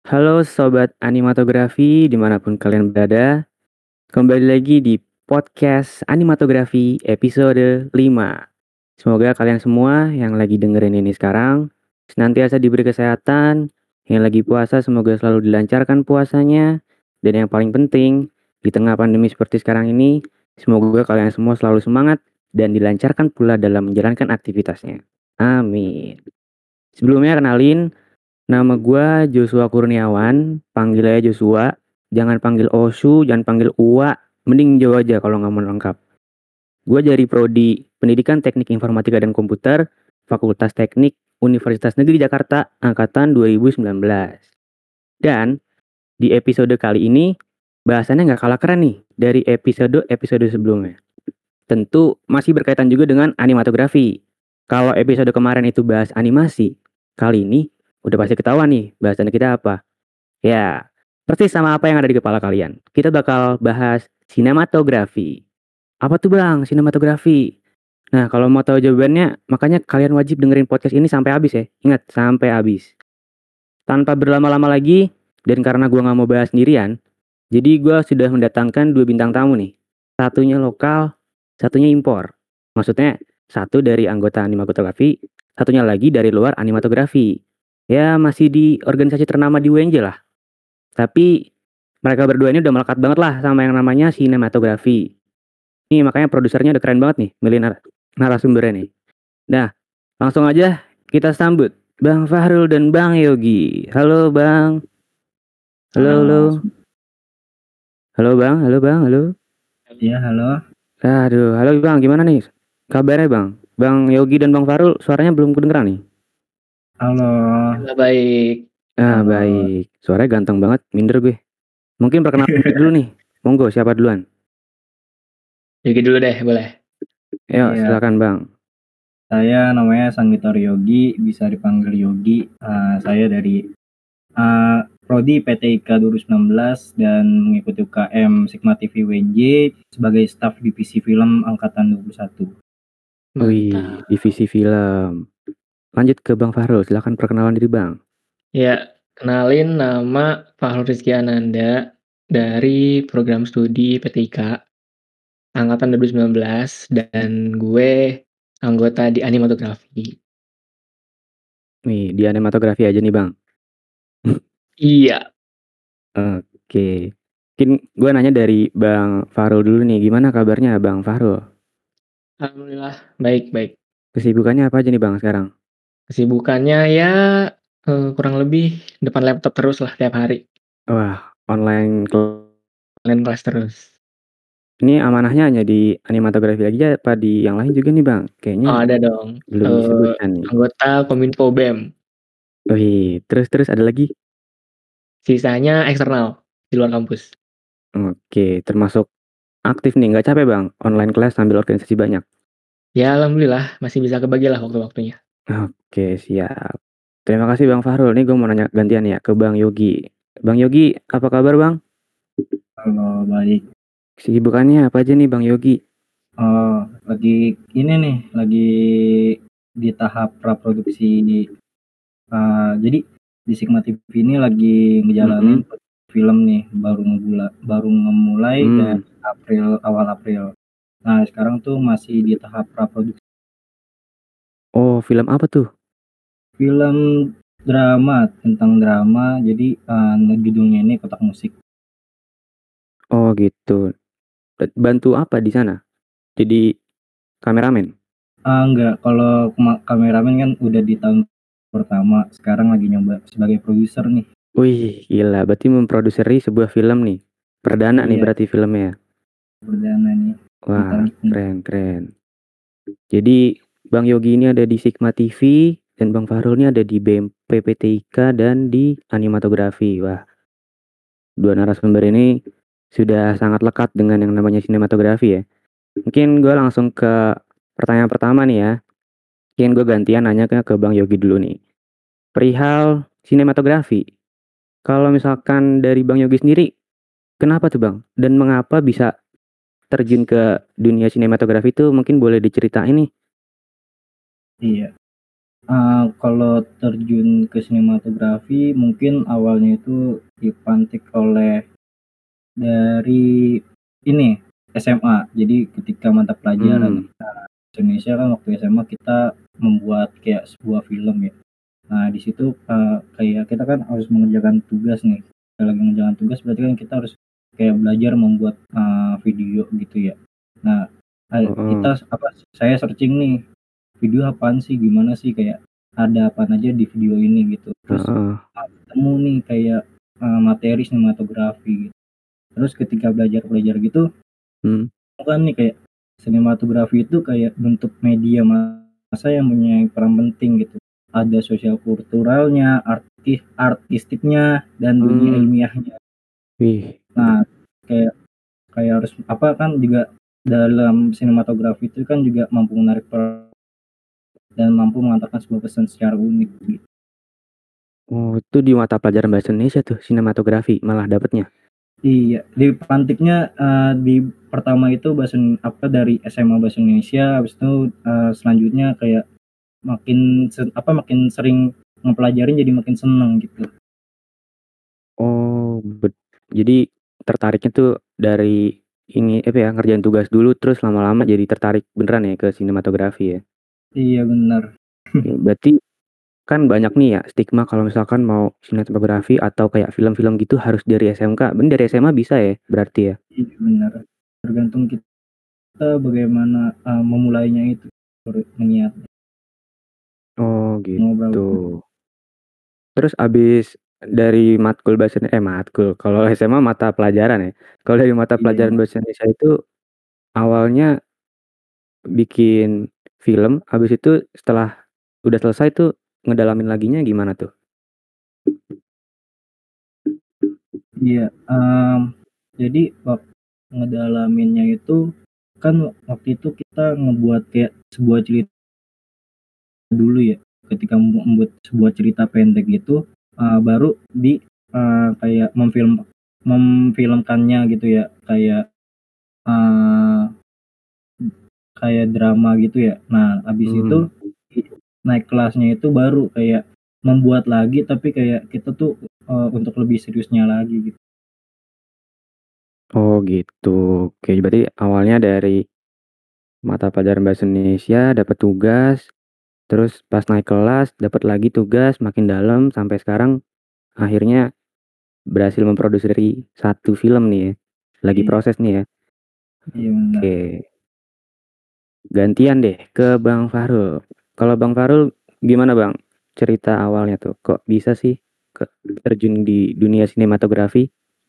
Halo Sobat Animatografi dimanapun kalian berada. Kembali lagi di podcast Animatografi episode 5. Semoga kalian semua yang lagi dengerin ini sekarang senantiasa diberi kesehatan. Yang lagi puasa semoga selalu dilancarkan puasanya. Dan yang paling penting, di tengah pandemi seperti sekarang ini, semoga kalian semua selalu semangat dan dilancarkan pula dalam menjalankan aktivitasnya. Amin. Sebelumnya kenalin, nama gua Joshua Kurniawan, panggil aja Joshua. Jangan panggil Osu, jangan panggil Uwa, mending Jo aja kalau nggak mau lengkap. Gua dari Prodi Pendidikan Teknik Informatika dan Komputer, Fakultas Teknik Universitas Negeri Jakarta, Angkatan 2019. Dan di episode kali ini, bahasannya nggak kalah keren nih dari episode-episode sebelumnya. Tentu masih berkaitan juga dengan animatografi. Kalau episode kemarin itu bahas animasi, kali ini udah pasti ketahuan nih bahasan kita apa. Ya, persis sama apa yang ada di kepala kalian. Kita bakal bahas sinematografi. Apa tuh bang, sinematografi? Nah, kalau mau tahu jawabannya, makanya kalian wajib dengerin podcast ini sampai habis ya. Ingat, sampai habis. Tanpa berlama-lama lagi, dan karena gue nggak mau bahas sendirian, jadi gue sudah mendatangkan dua bintang tamu nih. Satunya lokal, satunya impor. Maksudnya, satu dari anggota animatografi, satunya lagi dari luar animatografi. Ya, masih di organisasi ternama di UNJ lah. Tapi mereka berdua ini udah melekat banget lah sama yang namanya sinematografi. Nih makanya produsernya udah keren banget nih, milih narasumbernya nih. Nah, langsung aja kita sambut Bang Fahrul dan Bang Yogi. Halo Bang. Halo, halo. Halo, Halo Bang, halo Bang, halo. ya halo. Aduh, halo Bang, gimana nih kabarnya Bang? Bang Yogi dan Bang Fahrul suaranya belum kedengeran nih. Halo, Alhamdulillah baik. halo. Baik. Suaranya ganteng banget, minder gue. Mungkin perkenalan diri dulu nih. Monggo, siapa duluan? Yogi dulu deh, boleh. Ayo, Iya, silakan Bang. saya namanya Sanggitor Yogi, bisa dipanggil Yogi. Saya dari Prodi PTIK 2019 dan mengikuti UKM Sigma TV WNJ sebagai staf divisi film angkatan 21. Wih, Mantap. divisi film. Lanjut ke Bang Fahrul, silakan perkenalan diri Bang. Ya, kenalin nama Fahrul Rizky Ananda dari program studi PTIK angkatan 2019 dan gue anggota di animatografi. Nih, di animatografi aja nih Bang. Iya, Oke. Mungkin gue nanya dari Bang Fahrul dulu nih, gimana kabarnya Bang Fahrul? alhamdulillah baik-baik. Kesibukannya apa aja nih Bang sekarang? Kesibukannya ya kurang lebih depan laptop terus lah tiap hari. Wah, online Online kelas terus. ini amanahnya hanya di animatografi aja apa di yang lain juga nih Bang? Kayaknya Oh, ada dong. belum disebutkan nih. Anggota Kominfo BEM. Wih, terus ada lagi? Sisanya eksternal di luar kampus. Oke, termasuk aktif nih, nggak capek Bang? Online kelas sambil organisasi banyak. Ya alhamdulillah masih bisa kebagi lah waktu-waktunya. Oke, siap. Terima kasih Bang Fahrul. Nih gue mau nanya gantian ya ke Bang Yogi. Bang Yogi, apa kabar Bang? Halo, baik. Kesibukannya apa aja nih Bang Yogi? Lagi ini nih, lagi di tahap praproduksi. Jadi di Sigma TV ini lagi ngejalanin film nih, baru ngemulai dari awal April. Nah, sekarang tuh masih di tahap praproduksi Oh, film apa tuh? film drama, tentang drama. Jadi judulnya ini Kotak Musik. Oh gitu. Bantu apa di sana? Jadi kameramen? Enggak, kalau kameramen kan udah di tahun pertama, sekarang lagi nyoba sebagai produser nih. Wih, gila. Berarti memproduseri sebuah film nih. Perdana nih Iya, berarti filmnya. perdana nih di Wah, tahun ini. keren. Jadi Bang Yogi ini ada di Sigma TV dan Bang Fahrul ini ada di BMPPTIK dan di animatografi. Wah, dua narasumber ini sudah sangat lekat dengan yang namanya sinematografi ya. Mungkin gue langsung ke pertanyaan pertama nih ya. Mungkin gue gantian nanya ke Bang Yogi dulu nih. Perihal sinematografi. Kalau misalkan dari Bang Yogi sendiri, kenapa tuh Bang? Dan mengapa bisa terjun ke dunia sinematografi itu mungkin boleh diceritain nih? Iya. Kalau terjun ke sinematografi mungkin awalnya itu dipantik oleh dari ini SMA. Jadi ketika mata pelajaran Indonesia kan waktu SMA kita membuat kayak sebuah film ya. Nah di situ kayak kita kan harus mengerjakan tugas nih. Kalau lagi mengerjakan tugas berarti kan kita harus kayak belajar membuat video gitu ya. Nah kita saya searching nih video apaan sih, gimana sih, kayak ada apa aja di video ini gitu. Terus ketemu nih kayak materi sinematografi gitu. Terus ketika belajar gitu kan nih kayak sinematografi itu kayak bentuk media massa yang punya peran penting gitu. Ada sosial kulturalnya, artistiknya, dan dunia ilmiahnya. Nah kayak kayak harus apa kan juga dalam sinematografi itu kan juga mampu menarik dan mampu mengantarkan sebuah pesan secara unik gitu. Oh, itu di mata pelajaran bahasa Indonesia tuh, sinematografi malah dapetnya. Iya, di perantiknya di pertama itu dari SMA Bahasa Indonesia, habis itu selanjutnya kayak makin sering ngepelajarin jadi makin seneng gitu. Oh, jadi tertariknya tuh dari ini ngerjain tugas dulu terus lama-lama jadi tertarik beneran ya ke sinematografi ya. Iya benar. Berarti kan banyak nih ya stigma kalau misalkan mau sinematografi atau kayak film-film gitu harus dari SMK. Bener dari SMA bisa ya berarti ya? Iya benar. Tergantung kita bagaimana memulainya itu, mengingat Oh ngobrol. gitu. Terus abis dari matkul kalau SMA mata pelajaran ya. Kalau dari mata Iya. pelajaran bahasa Indonesia itu awalnya bikin film, habis itu setelah udah selesai tuh ngedalamin laginya gimana tuh? Iya, jadi waktu ngedalaminnya itu kan waktu itu kita ngebuat kayak sebuah cerita dulu ya. Ketika membuat sebuah cerita pendek gitu, baru kayak memfilmkannya gitu ya, uh, kayak drama gitu ya. Nah, habis itu naik kelasnya itu baru kayak membuat lagi tapi kayak kita tuh untuk lebih seriusnya lagi gitu. Oh gitu. Oke, berarti awalnya dari mata pelajaran bahasa Indonesia dapat tugas, terus pas naik kelas dapat lagi tugas makin dalam sampai sekarang akhirnya berhasil memproduksi satu film nih ya. Lagi Iya, proses nih ya. iya benar. Oke, gantian deh ke Bang Fahrul. Kalau Bang Fahrul gimana Bang? Cerita awalnya tuh kok bisa sih terjun di dunia sinematografi?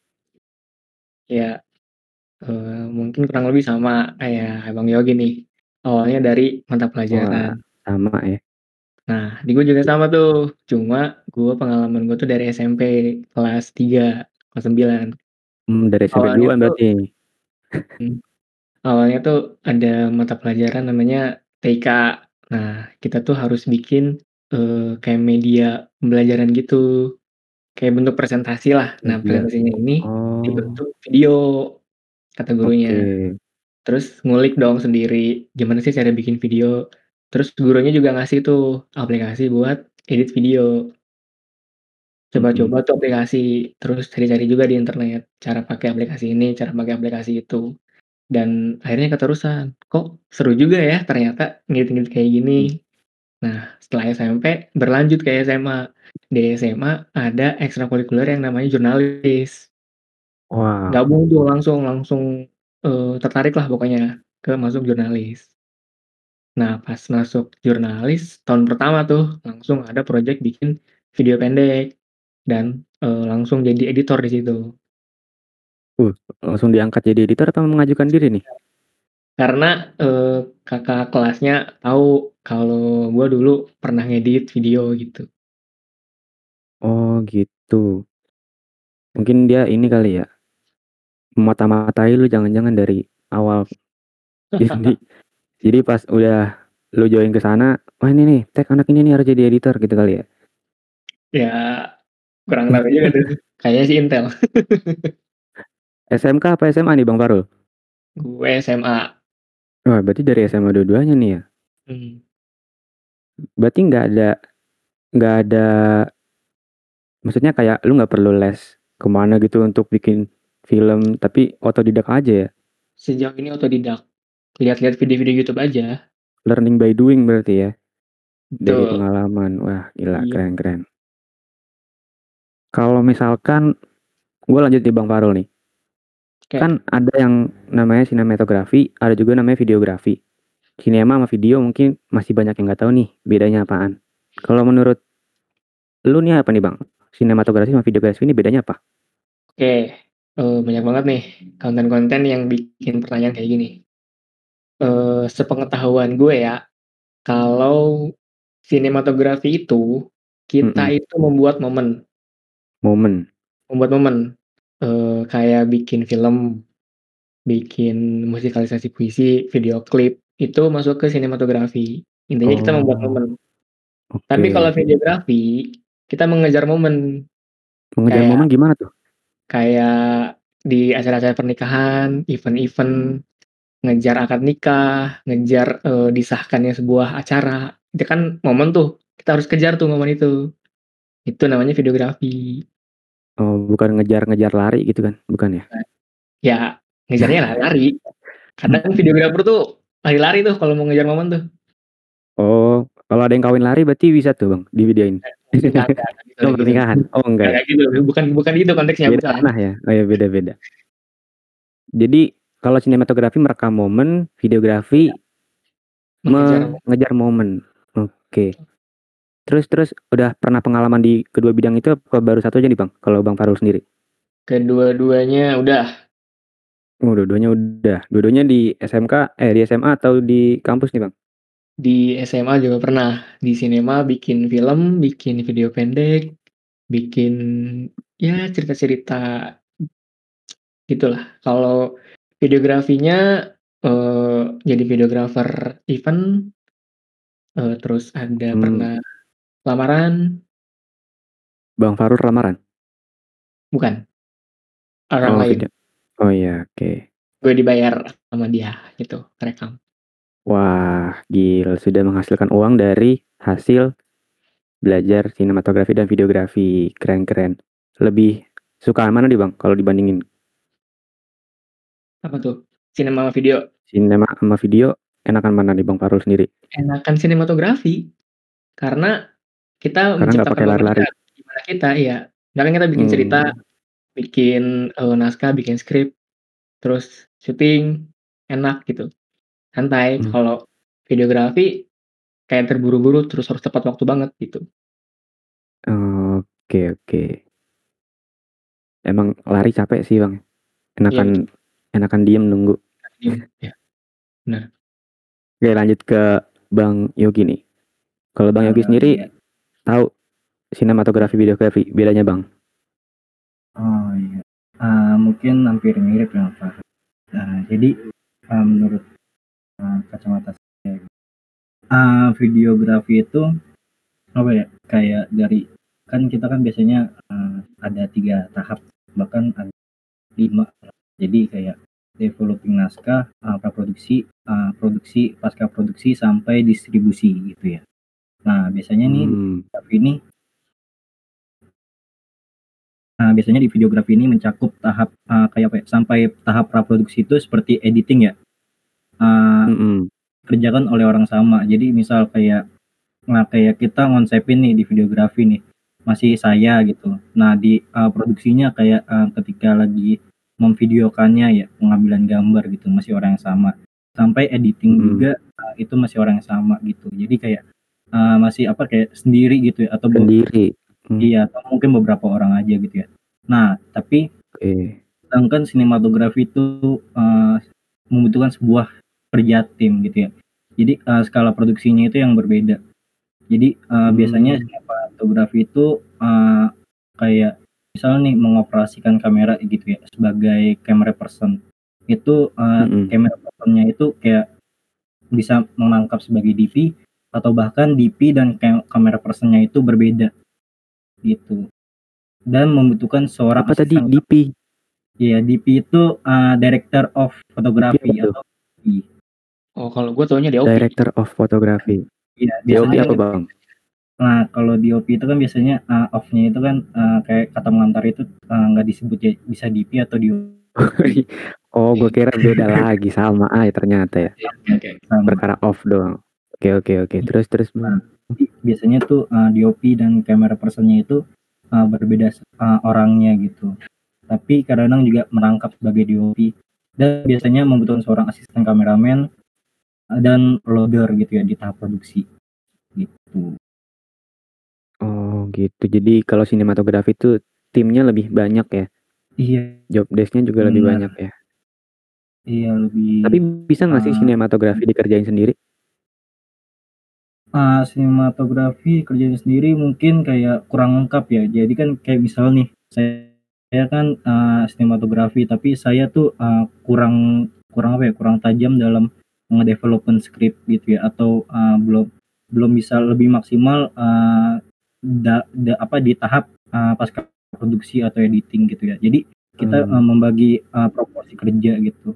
Ya, mungkin kurang lebih sama kayak Bang Yogi nih. Awalnya dari mata Wah, pelajaran. sama ya. Nah, di gue juga sama tuh. Cuma gue pengalaman gue tuh dari SMP kelas 3, kelas 9. Dari SMP Awalnya duluan tuh berarti. hmm, awalnya tuh ada mata pelajaran namanya TK. Nah, kita tuh harus bikin kayak media pembelajaran gitu. Kayak bentuk presentasi lah. Nah, Media. presentasinya ini Oh, dibentuk video, kata oke. gurunya. Terus ngulik dong sendiri, gimana sih cara bikin video. Terus gurunya juga ngasih tuh aplikasi buat edit video. Coba-coba tuh aplikasi, terus cari-cari juga di internet, cara pakai aplikasi ini, cara pakai aplikasi itu. Dan akhirnya keterusan, kok seru juga ya ternyata ngedit-ngedit kayak gini. Nah, setelah SMP berlanjut ke SMA. Di SMA ada ekstrakurikuler yang namanya jurnalis. Wow. Gabung tuh langsung langsung, tertarik lah pokoknya ke masuk jurnalis. Nah, pas masuk jurnalis tahun pertama tuh langsung ada project bikin video pendek dan, langsung jadi editor di situ. Uh, Langsung diangkat jadi editor atau mengajukan diri nih? Karena, kakak kelasnya tahu kalau gua dulu pernah ngedit video gitu. Oh gitu. Mungkin dia ini kali ya, memata-matai lu jangan-jangan dari awal. Jadi jadi pas udah lu join ke sana, wah ini nih, tag anak ini nih harus jadi editor gitu kali ya. Ya kurang tahu juga tuh, kayaknya sih Intel. SMK apa SMA nih Bang Farul? Gue SMA. Wah, berarti dari SMA dua-duanya nih ya. Mhm. Berarti nggak ada maksudnya kayak lu nggak perlu les kemana gitu untuk bikin film, tapi otodidak aja ya. Sejauh ini otodidak. Lihat-lihat video-video YouTube aja. Learning by doing berarti ya. Dari Betul. pengalaman. Wah, gila, Iya. keren. Kalau misalkan gue lanjut di Bang Farul nih. Oke. Kan ada yang namanya sinematografi, ada juga namanya videografi. Sinema sama video mungkin masih banyak yang nggak tahu nih bedanya apaan. Kalau menurut lu nih apa nih Bang? Sinematografi sama videografi ini bedanya apa? Oke. Banyak banget nih konten-konten yang bikin pertanyaan kayak gini. Sepengetahuan gue ya, kalau sinematografi itu, kita itu membuat momen. Momen. Kayak bikin film, bikin musikalisasi puisi, video klip, itu masuk ke sinematografi. Intinya kita membuat Oh, momen. Tapi kalau oke. videografi, kita mengejar momen. Mengejar Kayak momen gimana tuh? kayak di acara-acara pernikahan, event-event, ngejar akad nikah, ngejar, disahkannya sebuah acara. Itu kan momen tuh, kita harus kejar tuh momen itu. Itu namanya videografi. Oh, bukan ngejar-ngejar lari gitu kan? Bukan ya? Ya, ngejarnya lari-lari. Kadang videografer tuh lari-lari tuh kalau mau ngejar momen tuh. Oh, kalau ada yang kawin lari berarti bisa tuh Bang di videoin. Enggak gitu Oh, kayak gitu. pernikahan. Oh, Enggak enggak ya. kayak gitu, bukan itu konteksnya, Beda bukan. ranah ya. Oh ya, beda-beda. Jadi kalau sinematografi merekam momen, videografi Mengejar momen. mengejar momen. Oke. Terus udah pernah pengalaman di kedua bidang itu apa baru satu aja nih Bang? Kalau Bang Farul sendiri? Kedua-duanya udah. Oh, dua-duanya udah. Dua-duanya di SMK, di SMA atau di kampus nih Bang? Di SMA juga pernah, di sinema bikin film, bikin video pendek, bikin ya cerita-cerita gitulah. Kalau videografinya, jadi videografer event, terus ada Hmm, pernah lamaran, Bang Farul lamaran? bukan, orang Oh, lain. video. Oh iya, oke. Gue dibayar sama dia gitu, rekam. Wah, gila sudah menghasilkan uang dari hasil belajar sinematografi dan videografi. Keren. Lebih suka mana nih Bang kalau dibandingin Apa tuh? Sinema sama video. sinema sama video, enakan mana nih Bang Farul sendiri? Enakan sinematografi, karena kita Karena nggak menciptakan pakai momennya lari-lari. gimana kita iya. Misalkan kita bikin cerita, Hmm, bikin, naskah, bikin skrip, terus syuting, enak gitu, santai. hmm. Kalau videografi kayak terburu-buru, terus harus tepat waktu banget gitu. Oke. Emang lari capek sih Bang. Iya betul, Enakan diem nunggu. diem, ya benar. Oke, lanjut ke Bang Yogi nih. Kalau Bang Yogi sendiri Iya. tahu sinematografi videografi bedanya Bang? Oh iya. Mungkin hampir mirip ya Pak. Jadi menurut kacamata saya, videografi itu apa ya? Kayak dari kan kita kan biasanya ada 3 tahap, bahkan ada 5. Jadi kayak developing naskah, praproduksi, produksi, pasca produksi sampai distribusi gitu ya. Nah, biasanya nih Hmm, ini biasanya di videografi ini mencakup tahap kayak apa ya, sampai tahap praproduksi itu seperti editing ya, eee, mm-mm, kerjakan oleh orang sama. Jadi misal kayak kita ngonsepin nih di videografi nih, masih saya gitu. Nah di produksinya kayak ketika lagi memvideokannya ya, pengambilan gambar gitu, masih orang yang sama. Sampai editing mm-mm. juga itu masih orang yang sama gitu. Jadi kayak masih apa, kayak sendiri gitu ya, atau Sendiri. Hmm, iya, atau mungkin beberapa orang aja gitu ya. Nah, tapi oke. sedangkan sinematografi itu membutuhkan sebuah kerja tim gitu ya. Jadi skala produksinya itu yang berbeda. Jadi biasanya Hmm, sinematografi itu kayak misalnya nih mengoperasikan kamera gitu ya sebagai camera person. Itu mm-mm. camera personnya itu kayak bisa menangkap sebagai DP atau bahkan DP dan kamera personnya itu berbeda gitu. Dan membutuhkan seorang Apa tadi asisten. DP? Iya, DP itu Director of DP apa Photography tuh? atau DP. Oh kalau gue taunya DOP. Director of Photography. Iya, DOP biasanya apa Bang? nah kalau DOP itu kan biasanya off-nya itu kan kayak kata mengantar itu nggak disebut ya, bisa DP atau DOP. Oh, gue kira beda lagi, sama ternyata ya. Oke. Sama. Perkara off doang. Oke. Terus Nah, Bang. biasanya tuh DOP dan camera personnya itu berbeda orangnya gitu. Tapi kadang juga merangkap sebagai DOP dan biasanya membutuhkan seorang asisten kameramen dan loader gitu ya di tahap produksi gitu. Oh gitu. Jadi kalau sinematografi itu timnya lebih banyak ya. Iya, Job desk-nya juga lebih benar. banyak ya. Iya, lebih Tapi bisa nggak sih uh, sinematografi dikerjain sendiri? sinematografi kerjanya sendiri mungkin kayak kurang lengkap ya. Jadi kan kayak misal nih saya kan sinematografi tapi saya tuh kurang kurang apa ya, kurang tajam dalam ngedevelopment script gitu ya, atau belum belum bisa lebih maksimal apa di tahap pasca produksi atau editing gitu ya. Jadi kita membagi proporsi kerja gitu.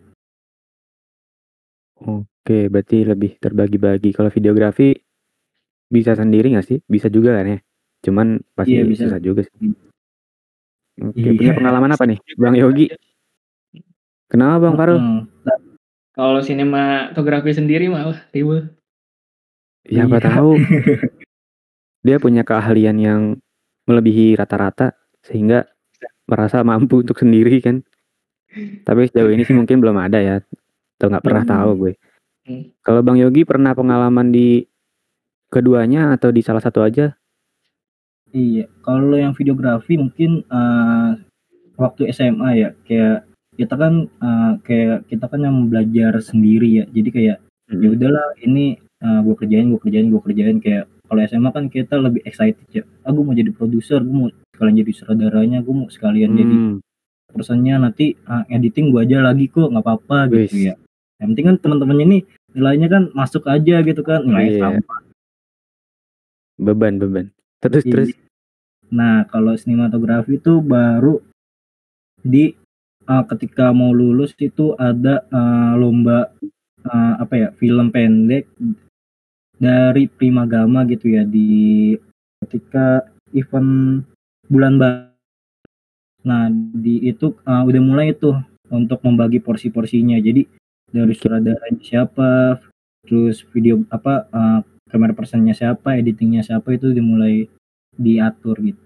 Oke, berarti lebih terbagi-bagi. Kalau videografi bisa sendiri nggak sih? Bisa juga kan ya? Cuman Iya pasti bisa. susah juga sih. Oke, punya Iya. pengalaman apa nih, Bang Yogi? Kenapa Bang Farul? Kalau sinematografi sendiri mah ribet. Ya apa Iya. tahu dia punya keahlian yang melebihi rata-rata sehingga merasa mampu untuk sendiri kan. Tapi sejauh ini sih mungkin belum ada ya. Atau nggak pernah tahu gue. Kalau Bang Yogi pernah pengalaman di keduanya atau di salah satu aja? Iya, kalau yang videografi mungkin waktu SMA ya, kayak kita kan yang belajar sendiri ya. Jadi kayak ya udahlah ini gue kerjain kayak kalau SMA kan kita lebih excited ya. Gue mau jadi produser, gue mau sekalian jadi sutradaranya, gue mau sekalian jadi personnya, nanti editing gue aja lagi kok, nggak apa-apa gitu ya. Yang penting kan teman-temannya nih nilainya kan masuk aja gitu kan, nilainya sama. Beban. Terus. Nah, kalau sinematografi itu baru di ketika mau lulus itu ada lomba apa ya, film pendek dari Primagama gitu ya, di ketika event bulan Nah, di itu udah mulai tuh untuk membagi porsi-porsinya. Jadi dari sutradaranya siapa, terus video apa kamera personnya siapa, editingnya siapa, itu dimulai diatur gitu.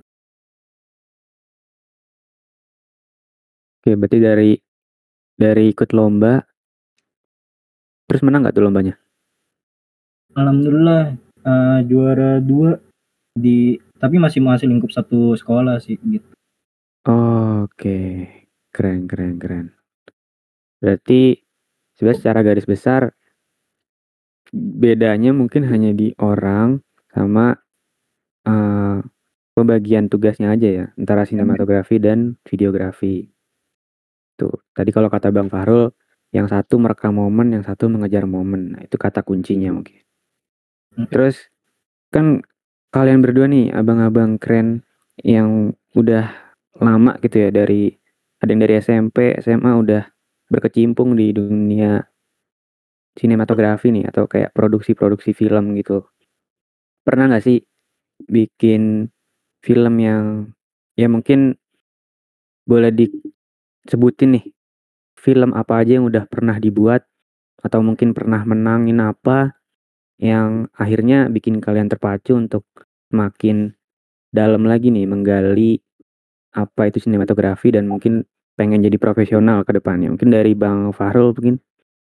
Oke, berarti dari ikut lomba, terus menang nggak tuh lombanya? Alhamdulillah juara 2 tapi masih lingkup satu sekolah sih gitu. Oke, keren. Berarti sebenarnya secara garis besar bedanya mungkin hanya di orang sama pembagian tugasnya aja ya antara sinematografi dan videografi. Tuh, tadi kalau kata Bang Fahrul, yang satu merekam momen, yang satu mengejar momen. Nah, itu kata kuncinya mungkin. Terus kan kalian berdua nih abang-abang keren yang udah lama gitu ya, ada yang dari SMP, SMA udah berkecimpung di dunia sinematografi nih atau kayak produksi-produksi film gitu. Pernah nggak sih bikin film yang ya mungkin boleh disebutin nih film apa aja yang udah pernah dibuat atau mungkin pernah menangin apa yang akhirnya bikin kalian terpacu untuk makin dalam lagi nih menggali apa itu sinematografi dan mungkin pengen jadi profesional ke depannya. Mungkin dari Bang Fahrul mungkin.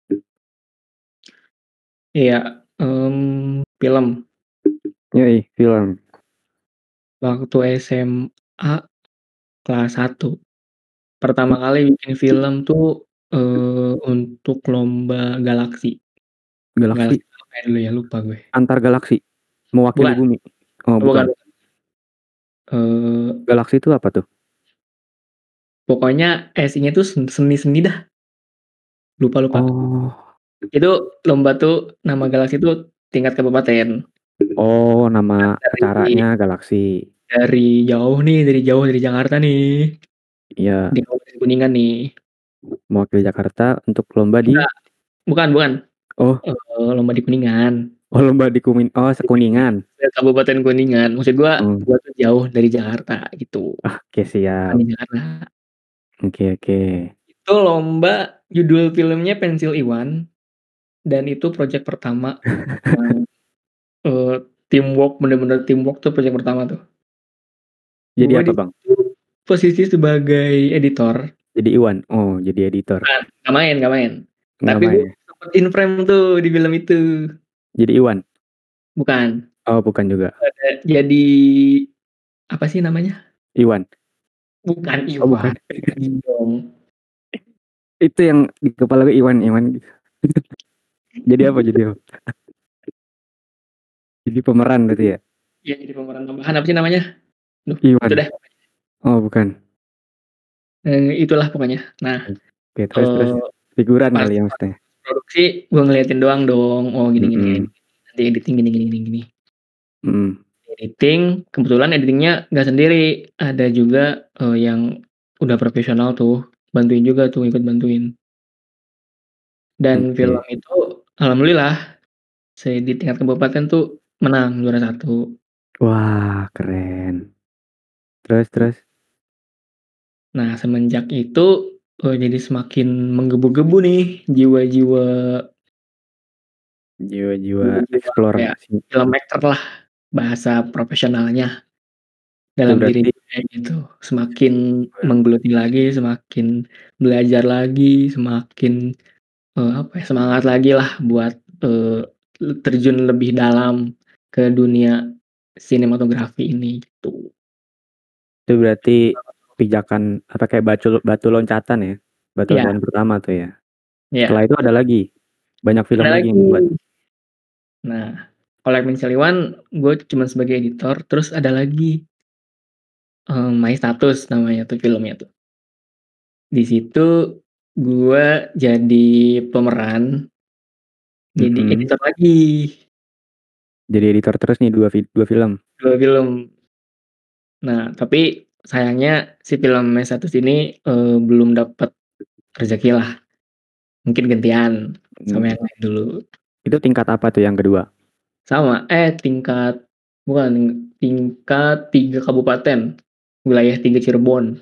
Iya, film. Yoi, film. Waktu SMA kelas 1. Pertama kali bikin film tuh untuk lomba galaksi. Galaksi Apa ya dulu ya, lupa gue. antar galaksi mewakili Bukan. bumi. Oh, bukan. Galaksi itu apa tuh? Pokoknya isinya tuh seni-seni dah. Lupa. Oh. Itu lomba tuh nama galaksi itu tingkat kabupaten. Oh, nama acaranya galaksi. Dari jauh dari Jakarta nih. Iya. Di Kabupaten Kuningan nih. Mewakili Jakarta untuk lomba di Enggak, bukan. Oh. Lomba di Kuningan. Oh, lomba di Sekuningan. Kabupaten Kuningan. Maksud gua Hmm. tuh jauh dari Jakarta gitu. Oke, siap. Bukan di Jakarta. Oke. Itu lomba judul filmnya Pensil Iwan dan itu project pertama yang teamwork, bener-bener teamwork tuh project pertama tuh. Jadi Gua apa, di Bang? situ posisi sebagai editor. Jadi Iwan. Oh, jadi editor. Bukan, nggak main. Nggak Tapi main gua ya? sempet in frame tuh di film itu. Jadi Iwan. Bukan. Oh, bukan juga. Jadi apa sih namanya? Iwan. Bukan Oh, bukan. Iwan. Bukan dong. Itu yang di kepala gue Iwan. Jadi apa? Jadi pemeran berarti ya? Iya, jadi pemeran tambahan apa sih namanya? Duh, itu Iwan. deh. Oh, bukan. Itulah pokoknya. Nah, Oke, terus figuran pas kali ya maksudnya. produksi gue ngeliatin doang dong. Oh gini, Mm-mm. nanti editing gini. Mm. Editing, kebetulan editingnya nggak sendiri, ada juga yang udah profesional tuh, bantuin juga tuh, ikut bantuin. Dan film Oke. itu alhamdulillah di tingkat kabupaten tuh menang juara 1. Wah, keren. Terus. Nah, semenjak itu jadi semakin menggebu-gebu nih jiwa-jiwa Jiwa-jiwa jiwa-jiwa apa ya, eksplorasi. filmmaker lah bahasa profesionalnya Itu dalam diri berarti gue gitu. Semakin menggeluti lagi, semakin belajar lagi, semakin apa ya, semangat lagi lah buat terjun lebih dalam ke dunia sinematografi ini gitu. itu berarti pijakan apa kayak batu loncatan ya? Batu Iya, loncatan pertama tuh ya. Setelah iya. itu ada lagi. Banyak film Ada lagi lagi. yang dibuat. Nah, kalau Pensil Iwan gue cuma sebagai editor, terus ada lagi My Status namanya tuh filmnya tuh. Di situ gue jadi pemeran, jadi Mm-mm. editor lagi, Jadi editor terus nih dua film. 2 film. Nah, tapi sayangnya si film My Status ini belum dapat rezeki lah. Mungkin gantian Mm. sama yang lain dulu. Itu tingkat apa tuh yang kedua? Sama, bukan, tingkat 3 kabupaten, wilayah 3 Cirebon,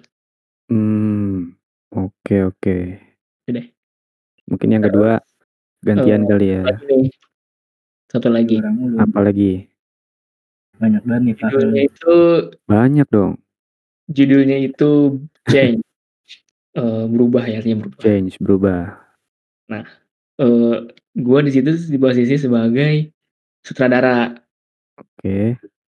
Oke. gitu deh. Mungkin yang Terus, kedua gantian kali ya. lagi nih, satu lagi. Juara mulu. Apalagi? Banyak banget nih Judulnya filmnya. itu Banyak dong. Change, berubah ya, artinya berubah. Change, berubah. Nah, gua di situ di posisi sebagai sutradara, Oke.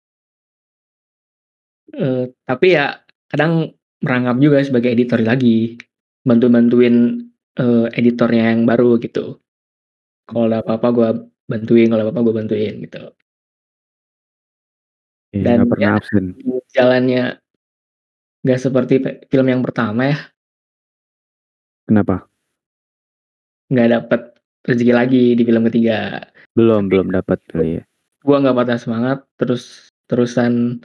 tapi ya kadang merangkap juga sebagai editor lagi, bantuin editornya yang baru gitu. Kalau ada apa-apa gua bantuin gitu. Iya, nggak Dan ya pernah absen. jalannya nggak seperti film yang pertama ya, Kenapa? nggak dapet rezeki lagi di film ketiga. Tapi Belum dapat kali ya. gua nggak patah semangat, terusan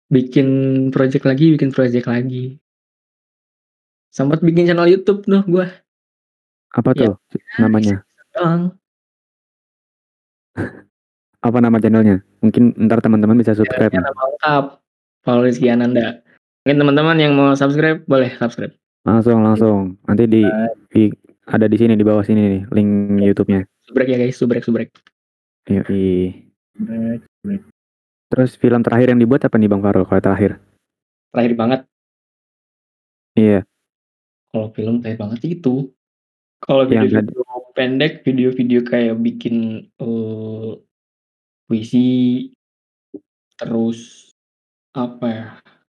bikin project lagi. Sempet bikin channel YouTube tuh gua. Apa Ya, tuh namanya? iseng-iseng doang. Apa nama channelnya? Mungkin ntar teman-teman bisa subscribe Channelnya nih. nama lengkap, Paul Rizky Ananda. Mungkin teman-teman yang mau subscribe boleh subscribe. Langsung. Nanti ada di sini di bawah sini nih link YouTube-nya. Subrek ya guys, subrek. Yoi. Break. Terus film terakhir yang dibuat apa nih Bang Farul? Kalau terakhir? Terakhir banget. Iya. Kalau film terakhir banget sih itu. Kalau Yang tadi. video-video pendek, video-video kayak bikin puisi, terus apa ya,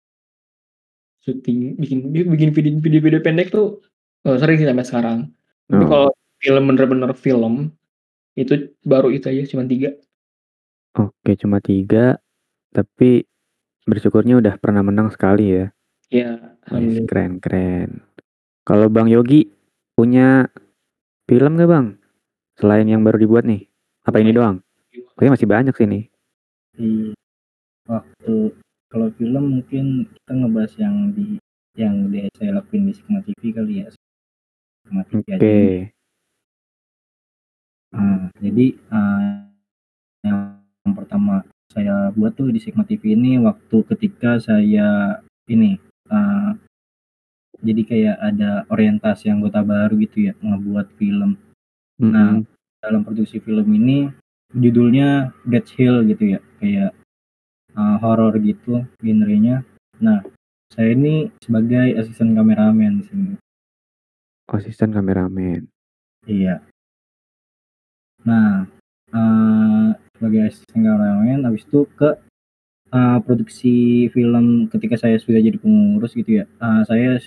bikin video-video pendek tuh sering sih sampai sekarang. Tapi Oh, kalau film bener-bener film itu baru itu aja cuma 3. oke, cuma 3. Tapi bersyukurnya udah pernah menang sekali ya. Ya, Wes, alhamdulillah. keren. Kalau Bang Yogi punya film nggak Bang? Selain yang baru dibuat nih. Apa ini doang? Pokoknya masih banyak sih nih. Di waktu kalau film mungkin kita ngebahas yang saya lakuin di Sigma TV kali ya. Sigma TV aja. Oke. Jadi yang pertama saya buat tuh di Sigma TV ini waktu ketika saya ini jadi kayak ada orientasi anggota baru gitu ya, ngebuat film. Nah, dalam produksi film ini judulnya Dead Hill gitu ya, kayak horor gitu genrenya. Nah, saya ini sebagai asisten kameramen di sini. Asisten kameramen. Iya. Nah, sebagai asisten kameramen, habis itu ke produksi film ketika saya sudah jadi pengurus gitu ya. Saya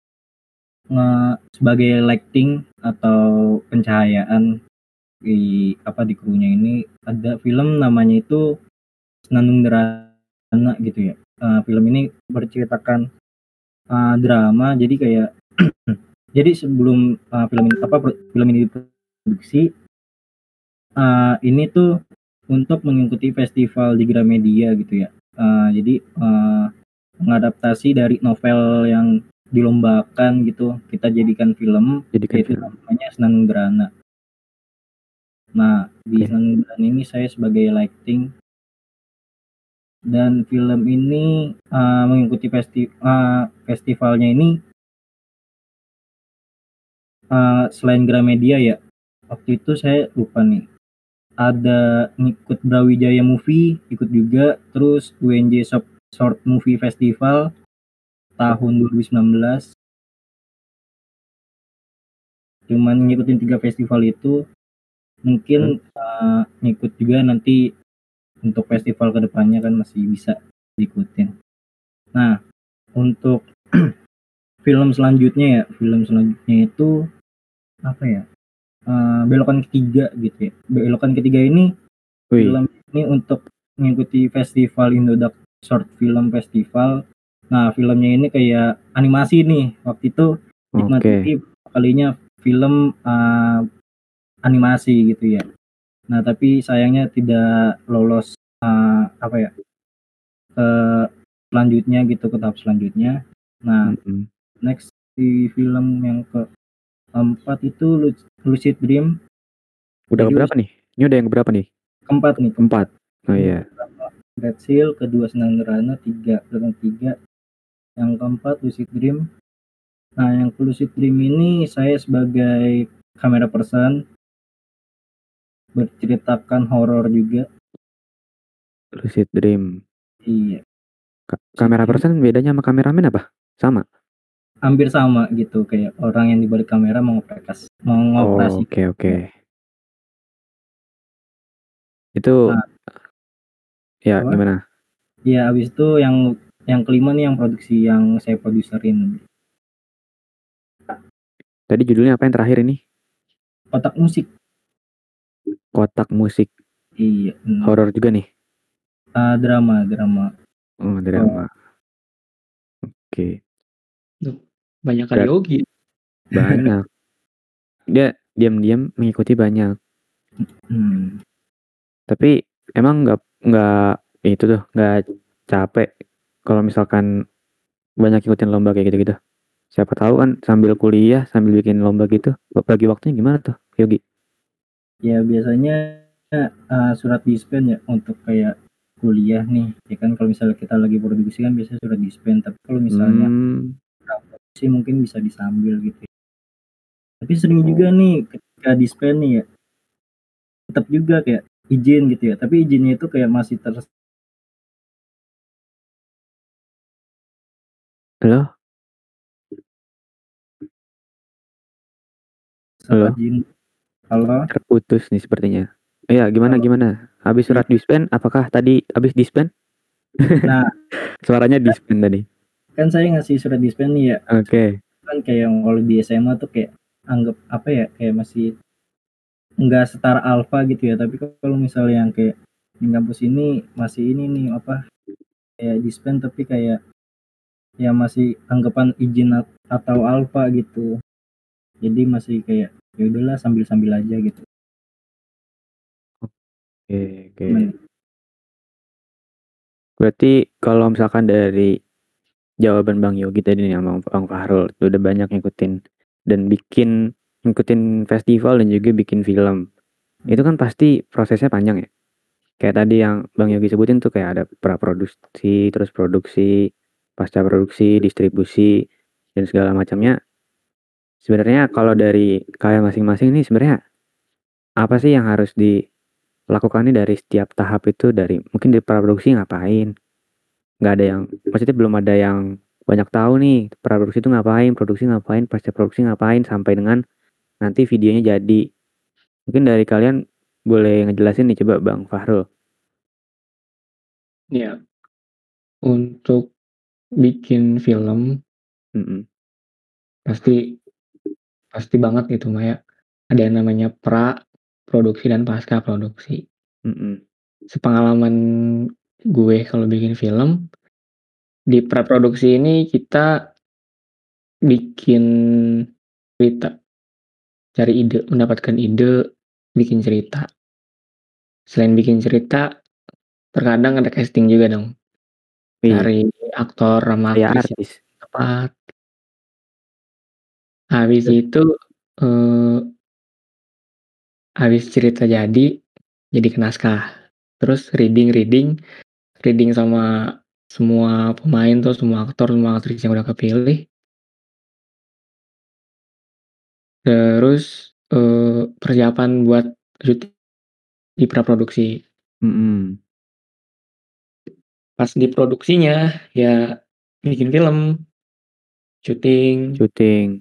sebagai lighting atau pencahayaan di krunya ini ada film namanya itu Senandung Derana gitu ya. Film ini berceritakan drama, jadi kayak jadi sebelum film ini diproduksi ini tuh untuk mengikuti festival di Gramedia gitu ya. Jadi mengadaptasi dari novel yang dilombakan gitu, kita jadikan film, yaitu namanya Senandung Derana. Nah, di Senandung Derana ini saya sebagai lighting, dan film ini mengikuti festivalnya ini selain Gramedia ya, waktu itu saya lupa nih, ada ngikut Brawijaya Movie ikut juga, terus UNJ Short Movie Festival tahun 2019. Cuman ngikutin 3 festival itu, mungkin ngikut juga nanti untuk festival kedepannya kan masih bisa diikutin. Nah, untuk film selanjutnya itu apa ya, Belokan Ketiga gitu ya. Belokan Ketiga ini film ini untuk mengikuti festival Indodac Short Film Festival. Nah, filmnya ini kayak animasi nih, waktu itu Sigma TV kalinya film animasi gitu ya. Nah, tapi sayangnya tidak lolos ke selanjutnya gitu, ke tahap selanjutnya. Nah, next di film yang keempat itu Lucid Dream. Udah berapa nih? Ini udah yang berapa nih? Keempat nih. Keempat. Oh iya. Dead Hill, kedua Senandung Derana, 3. Yang keempat Lucid Dream. Nah, yang Lucid Dream ini saya sebagai kamera person, berceritakan horor juga. Lucid Dream. Iya. Kamera person bedanya sama kameramen apa? Sama? Hampir sama gitu, kayak orang yang di balik kamera mengoperasi. Oke. Itu ya apa? Gimana? Ya, abis itu yang kelima nih yang produksi yang saya produserin. Tadi judulnya apa yang terakhir ini? Kotak Musik. Kotak Musik. Iya. Horor juga nih? Drama. Oh, drama. Oke. Banyak kali Yogi. Banyak. Dia diam-diam mengikuti banyak. Tapi emang nggak capek kalau misalkan banyak ikutin lomba kayak gitu-gitu. Siapa tahu kan sambil kuliah sambil bikin lomba gitu, bagi waktunya gimana tuh, Yogi? Ya biasanya surat dispen ya untuk kayak kuliah nih. Ya kan kalau misalnya kita lagi produksi kan biasanya surat dispen, tapi kalau misalnya produksi mungkin bisa disambil gitu. Tapi sering juga nih ketika dispen nih ya, tetap juga kayak izin gitu ya, tapi izinnya itu kayak masih Halo? Halo? Terputus nih sepertinya. Iya, gimana? Habis surat dispen, apakah tadi habis dispen? Nah, suaranya dispen tadi. Kan saya ngasih surat dispen nih ya. Oke. Kan kayak kalau di SMA tuh kayak anggap kayak masih enggak setara alfa gitu ya, tapi kalau misalnya yang kayak di kampus ini masih ini nih kayak dispen tapi kayak ya masih anggapan izin atau alfa gitu. Jadi masih kayak ya udahlah sambil aja gitu. Oke. Berarti kalau misalkan dari jawaban Bang Yogi tadi nih sama Bang Fahrul, udah banyak ngikutin dan ngikutin festival dan juga bikin film. Itu kan pasti prosesnya panjang ya? Kayak tadi yang Bang Yogi sebutin tuh kayak ada praproduksi, terus produksi, pasca produksi, distribusi, dan segala macamnya. Sebenarnya kalau dari kalian masing-masing nih sebenarnya apa sih yang harus dilakukan nih dari setiap tahap itu, dari mungkin di praproduksi ngapain? Nggak ada yang, maksudnya belum ada yang banyak tahu nih praproduksi itu ngapain, produksi ngapain, pasca produksi ngapain, sampai dengan nanti videonya jadi. Mungkin dari kalian boleh ngejelasin nih, coba Bang Fahrul. Ya, untuk bikin film Mm-mm. pasti pasti banget gitu Maya. Ada yang namanya produksi dan pasca produksi. Mm-mm. Sepengalaman gue kalau bikin film, di praproduksi ini kita bikin cerita, cari ide, mendapatkan ide, bikin cerita. Selain bikin cerita, terkadang ada casting juga dong. Iya, Cari aktor sama kayak aktris yang artis. tepat. Habis Terus, itu, eee, habis cerita jadi ke naskah. Terus reading sama semua pemain tuh, semua aktor, semua aktris yang udah kepilih. Terus, persiapan buat syuting di praproduksi. Mm-mm. Pas di produksinya, ya bikin film, syuting, Syuting,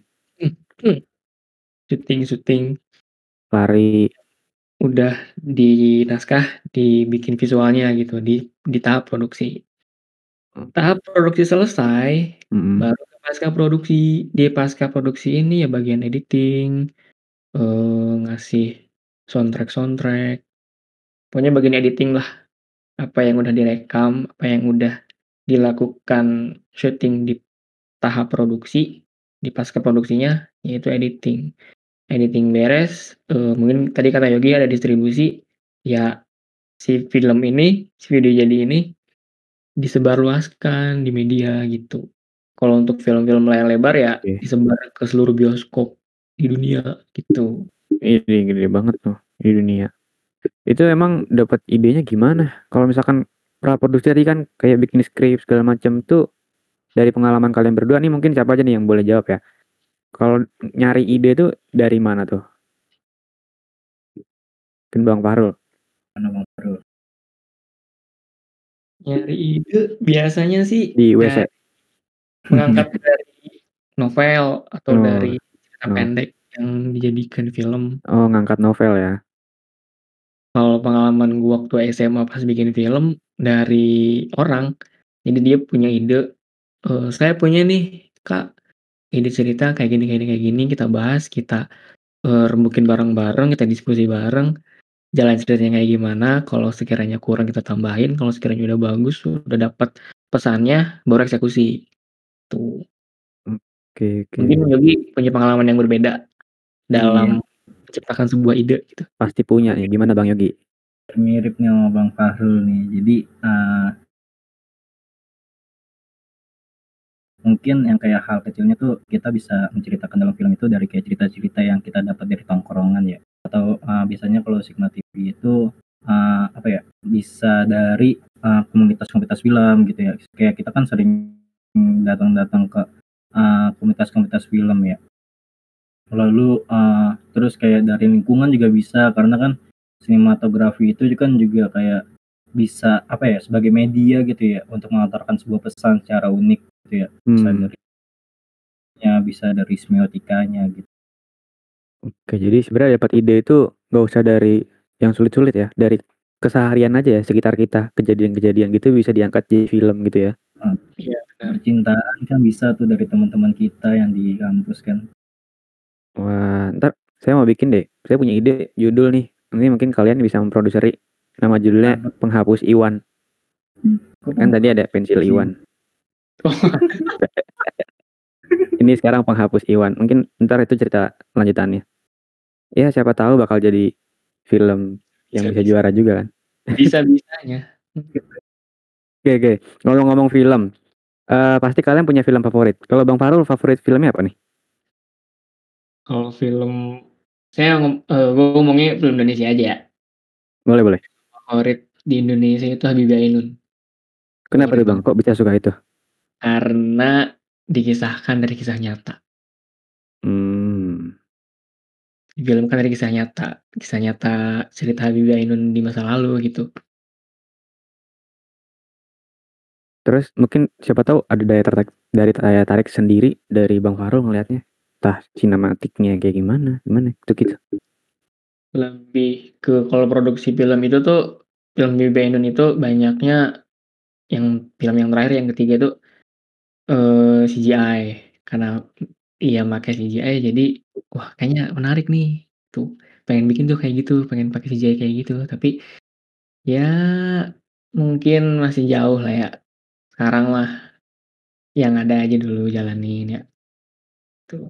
syuting, lari. udah di naskah, dibikin visualnya gitu di tahap produksi. Tahap produksi selesai, Mm-mm. baru ke pasca produksi. Di pasca produksi ini ya bagian editing, ngasih soundtrack, pokoknya bagian editing lah. Apa yang udah direkam, apa yang udah dilakukan syuting di tahap produksi, di pasca produksinya, yaitu editing. Editing beres, mungkin tadi kata Yogi ada distribusi, ya si film ini, si video jadi ini disebarluaskan di media gitu. Kalau untuk film-film layar lebar ya Oke. disebar ke seluruh bioskop di dunia gitu. Ini gede banget tuh di dunia. Itu emang dapat idenya gimana? Kalau misalkan praproduksi tadi kan kayak bikin skrip segala macam tuh, dari pengalaman kalian berdua nih, mungkin siapa aja nih yang boleh jawab ya? Kalau nyari ide tuh dari mana tuh? Mungkin Bang Fahrul. mana Bang Bro? Nyari ide biasanya sih Di WC. mengangkat dari novel atau Oh, dari cerita no. pendek yang dijadikan film. Oh, ngangkat novel ya. Kalau pengalaman gua waktu SMA pas bikin film dari orang, jadi dia punya ide, "Saya punya nih Kak, ide cerita kayak gini, kita bahas, kita, rembukin bareng-bareng, kita diskusi bareng, jalan ceritanya kayak gimana, kalau sekiranya kurang kita tambahin, kalau sekiranya udah bagus, udah dapat pesannya, baru eksekusi." Tuh. Oke, oke. Mungkin Yogi punya pengalaman yang berbeda Iya, dalam menciptakan sebuah ide gitu. Pasti punya nih. Gimana Bang Yogi? mirip nih sama Bang Fahrul nih. Jadi mungkin yang kayak hal kecilnya tuh kita bisa menceritakan dalam film itu dari kayak cerita-cerita yang kita dapat dari tongkrongan ya. Atau biasanya kalau Sigma TV itu apa ya, bisa dari komunitas-komunitas film gitu ya. Kayak kita kan sering datang-datang ke komunitas-komunitas film ya. Lalu terus kayak dari lingkungan juga bisa, karena kan sinematografi itu kan juga kayak bisa apa ya, sebagai media gitu ya untuk mengantarkan sebuah pesan secara unik gitu ya. Hmm. Bisa dari semiotikanya gitu. Oke, jadi sebenarnya dapat ide itu nggak usah dari yang sulit-sulit ya, dari keseharian aja ya, sekitar kita, kejadian-kejadian gitu bisa diangkat jadi film gitu ya. Nah, Iya benar. percintaan kan bisa tuh dari teman-teman kita yang di kampus kan. Wah, ntar saya mau bikin deh. Saya punya ide judul nih. Nanti mungkin kalian bisa memproduksi. Nama judulnya Apa? Penghapus Iwan. Kan tadi ada pensil Si Iwan. Ini sekarang Penghapus Iwan. Mungkin ntar itu cerita lanjutannya. Ya, siapa tahu bakal jadi film yang bisa Bisa-bisa. juara juga kan. Bisa-bisanya. Oke, oke. Ngomong-ngomong film, pasti kalian punya film favorit. Kalau Bang Farul favorit filmnya apa nih? Kalau film saya gue ngomongnya film Indonesia aja ya. Boleh, boleh. Favorit di Indonesia itu Habibie Ainun. Kenapa tuh Bang? Kok bisa suka itu? Karena dikisahkan dari kisah nyata. Difilmkan dari kisah nyata cerita Habibie Ainun di masa lalu gitu. Terus mungkin siapa tahu ada daya tarik sendiri dari Bang Fahrul ngelihatnya. Entah sinematiknya kayak gimana itu gitu. Lebih ke kalau produksi film itu tuh film Habibie Ainun itu banyaknya yang film yang terakhir yang ketiga itu CGI karena pakai CGI jadi wah kayaknya menarik nih tuh pengen bikin tuh kayak gitu pengen pakai CGI kayak gitu tapi ya mungkin masih jauh lah ya sekarang mah yang ada aja dulu jalanin ya tuh.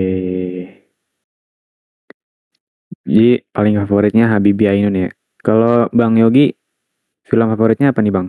Jadi paling favoritnya Habibie Ainun ya. Kalau Bang Yogi film favoritnya apa nih Bang?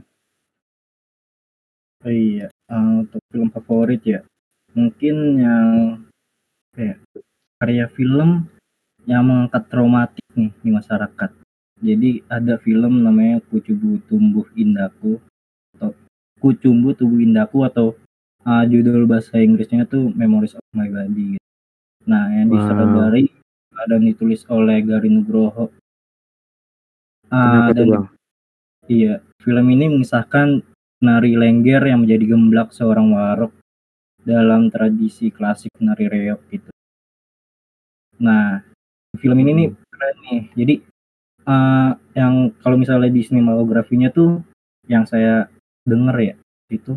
Iya, untuk film favorit ya, mungkin yang karya film yang mengangkat traumatik nih di masyarakat. Jadi ada film namanya Kucumbu Tumbuh Indahku atau Kucumbu Tumbuh Indahku atau judul bahasa Inggrisnya tuh Memories of My Body. Nah, yang disutradari dan ditulis oleh Gary Nugroho. Kenapa tuh Bang? Iya, film ini mengisahkan nari Lengger yang menjadi gemblak seorang warok dalam tradisi klasik nari reog gitu. Nah, film ini nih keren nih. Jadi yang kalau misalnya di sinematografinya tuh yang saya denger ya itu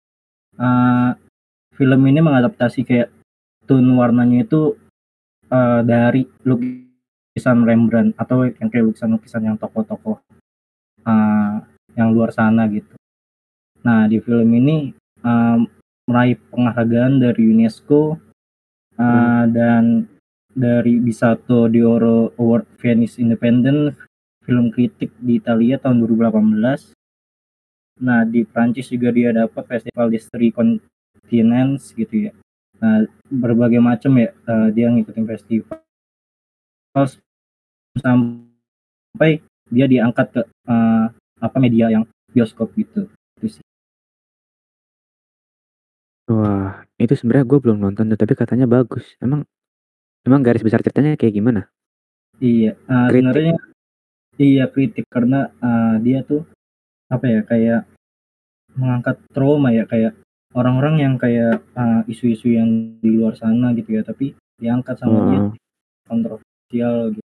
film ini mengadaptasi kayak tone warnanya itu dari lukisan Rembrandt atau yang kayak lukisan-lukisan yang tokoh-tokoh yang luar sana gitu. Nah di film ini meraih penghargaan dari UNESCO dan dari Bisato d'Oro Award Venice Independent Film Critic di Italia tahun 2018. Nah di Prancis juga dia dapat Festival des Three Continents gitu ya. Nah berbagai macam ya dia ngikutin festival sampai dia diangkat ke media yang bioskop gitu. Itu sih. Wah, itu sebenarnya gue belum nonton tuh, tapi katanya bagus. Emang garis besar ceritanya kayak gimana? Iya, sebenarnya iya kritik karena dia tuh kayak mengangkat trauma ya kayak orang-orang yang kayak isu-isu yang di luar sana gitu ya, tapi diangkat sama dia kontroversial gitu.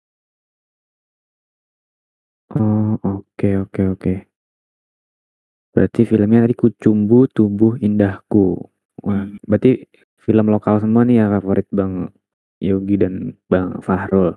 Oke. Berarti filmnya tadi Kucumbu Tubuh Indahku. Wah, berarti film lokal semua nih ya favorit Bang Yogi dan Bang Fahrul.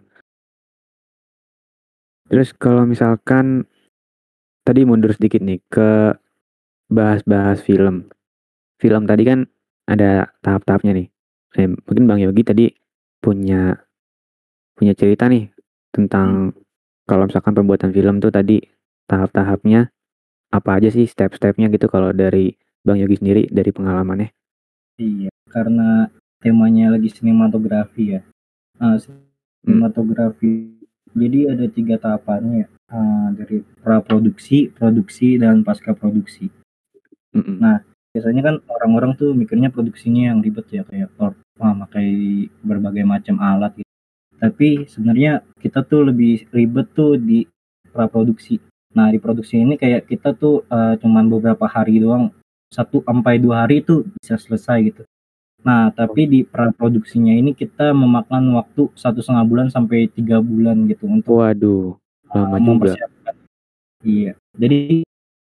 Terus kalau misalkan tadi mundur sedikit nih ke bahas-bahas film. Film tadi kan ada tahap-tahapnya nih. Mungkin Bang Yogi tadi punya cerita nih tentang kalau misalkan pembuatan film tuh tadi tahap-tahapnya apa aja sih step-stepnya gitu kalau dari Bang Yogi sendiri dari pengalamannya? Iya, karena temanya lagi sinematografi ya. Sinematografi. Jadi ada 3 tahapannya dari praproduksi, produksi, dan pasca produksi. Nah, biasanya kan orang-orang tuh mikirnya produksinya yang ribet ya kayak memakai berbagai macam alat gitu. Tapi sebenarnya kita tuh lebih ribet tuh di praproduksi. Nah, di produksi ini kayak kita tuh cuman beberapa hari doang, 1-2 hari itu bisa selesai gitu. Nah, tapi di praproduksinya ini kita memakan waktu 1,5 bulan sampai 3 bulan gitu untuk Waduh, lama juga. mempersiapkan. Iya. Jadi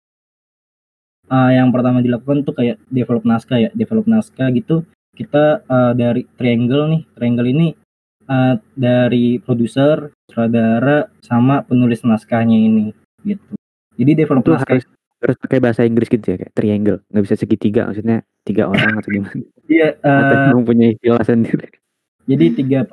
yang pertama dilakukan tuh kayak develop naskah gitu. Kita dari Triangle ini dari produser, sutradara, sama penulis naskahnya ini gitu. Jadi develop itu naskah harus pakai bahasa Inggris gitu ya kayak triangle, nggak bisa segitiga maksudnya 3 orang atau gimana? Iya. Atau mempunyai istilah sendiri? Jadi 3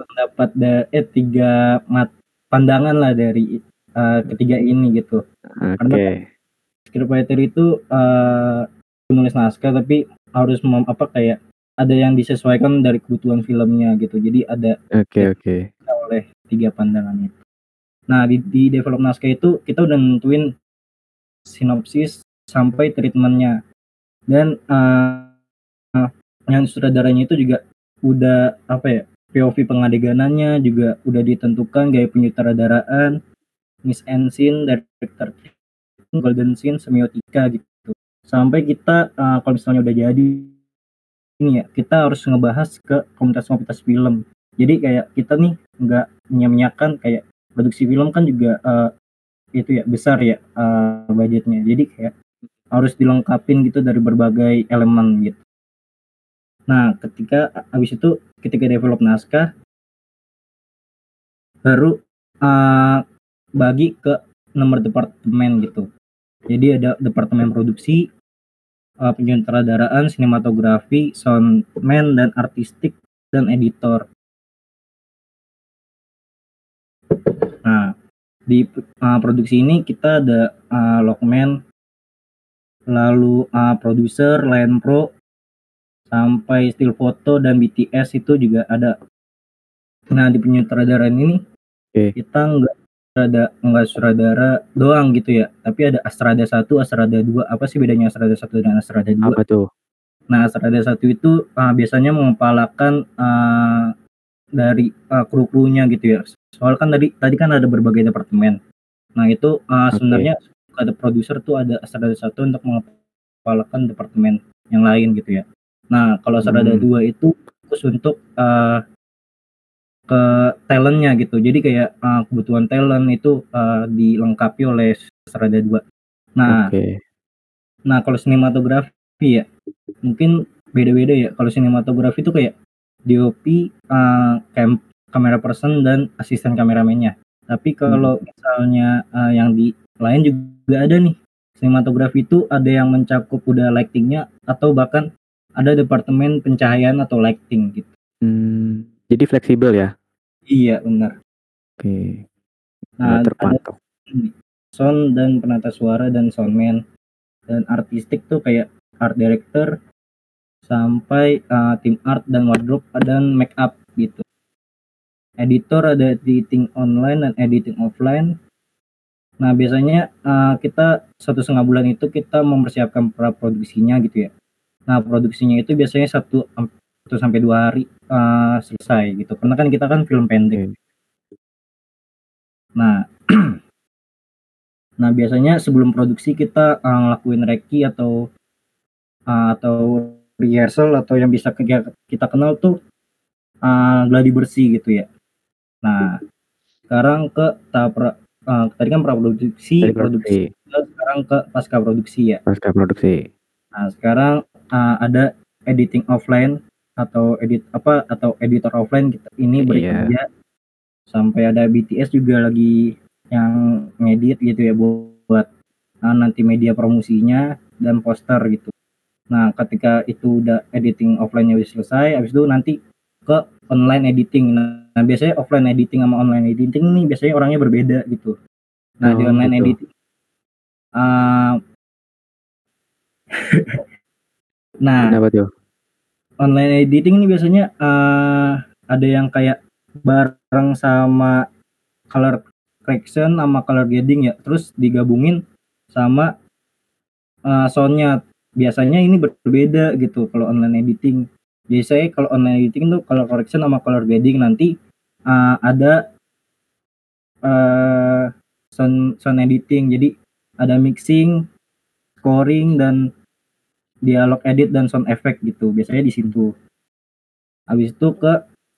pandangan lah dari ketiga ini gitu. Karena scriptwriter itu penulis naskah tapi harus kayak ada yang disesuaikan dari kebutuhan filmnya gitu. Jadi ada oleh 3 pandangan itu. Nah, di develop naskah itu kita udah nentuin sinopsis sampai treatmentnya. Dan yang sutradaranya itu juga udah apa ya, POV pengadeganannya juga udah ditentukan, gaya penyutradaraan, miss and scene, director golden scene, semiotika gitu. Sampai kita kalau misalnya udah jadi ini ya, kita harus ngebahas ke komunitas-komunitas film. Jadi kayak kita nih nggak menyia-nyiakan, kayak produksi film kan juga itu ya besar ya budgetnya. Jadi kayak harus dilengkapin gitu dari berbagai elemen gitu. Nah, habis itu ketika develop naskah baru bagi ke nomor departemen gitu. Jadi ada departemen produksi, penyutradaraan, sinematografi, soundman, dan artistik, dan editor. Nah, di produksi ini kita ada logman, lalu produser, line pro, sampai still foto dan BTS itu juga ada. Nah, di penyutradaraan ini kita nggak sutradara doang gitu ya, tapi ada Astrada 1, Astrada 2. Apa sih bedanya Astrada 1 dan Astrada 2? Apa tuh? Nah, Astrada 1 itu biasanya mengepalakan dari kru-krunya gitu ya. Soal kan tadi kan ada berbagai departemen. Nah, itu sebenarnya ada produser tuh, ada Astrada 1 untuk mengepalakan departemen yang lain gitu ya. Nah, kalau Astrada 2 itu khusus untuk ke talentnya gitu. Jadi kayak kebutuhan talent itu dilengkapi oleh Astrada 2. Nah, kalau sinematografi ya mungkin beda-beda ya. Kalau sinematografi itu kayak DOP, kamera person, dan asisten kameramennya. Tapi kalau misalnya yang di lain juga ada nih. Sinematografi itu ada yang mencakup udah lightingnya, atau bahkan ada departemen pencahayaan atau lighting gitu. Jadi fleksibel ya? Iya, benar. Oke. Nah, terpatok. Ada sound dan penata suara dan soundman. Dan artistik tuh kayak art director sampai tim art dan wardrobe dan make up gitu. Editor ada editing online dan editing offline. Nah, biasanya kita 1,5 bulan itu kita mempersiapkan praproduksinya gitu ya. Nah, produksinya itu biasanya 1 sampai 2 hari selesai gitu. Karena kan kita kan film pendek. Nah, biasanya sebelum produksi kita ngelakuin reki atau rehearsal, atau yang bisa kita kenal tuh gladi bersih gitu ya. Nah, sekarang ke tahap tadi kan produksi, sekarang ke pasca produksi ya. Pasca produksi. Nah, sekarang ada editing offline atau editor offline kita ini bekerja. Sampai ada BTS juga lagi yang ngedit gitu ya buat nanti media promosinya dan poster gitu. Nah, ketika itu udah editing offline-nya udah selesai, habis itu nanti ke online editing. Nah, biasanya offline editing sama online editing ini biasanya orangnya berbeda gitu. Nah, di online editing nah, online editing ini biasanya ada yang kayak bareng sama color correction sama color grading ya, terus digabungin sama soundnya. Biasanya ini berbeda gitu kalau online editing. Biasanya kalau online editing tuh color correction sama color grading, nanti ada sound editing. Jadi ada mixing, scoring, dan dialog edit dan sound effect gitu. Biasanya di situ. Habis itu ke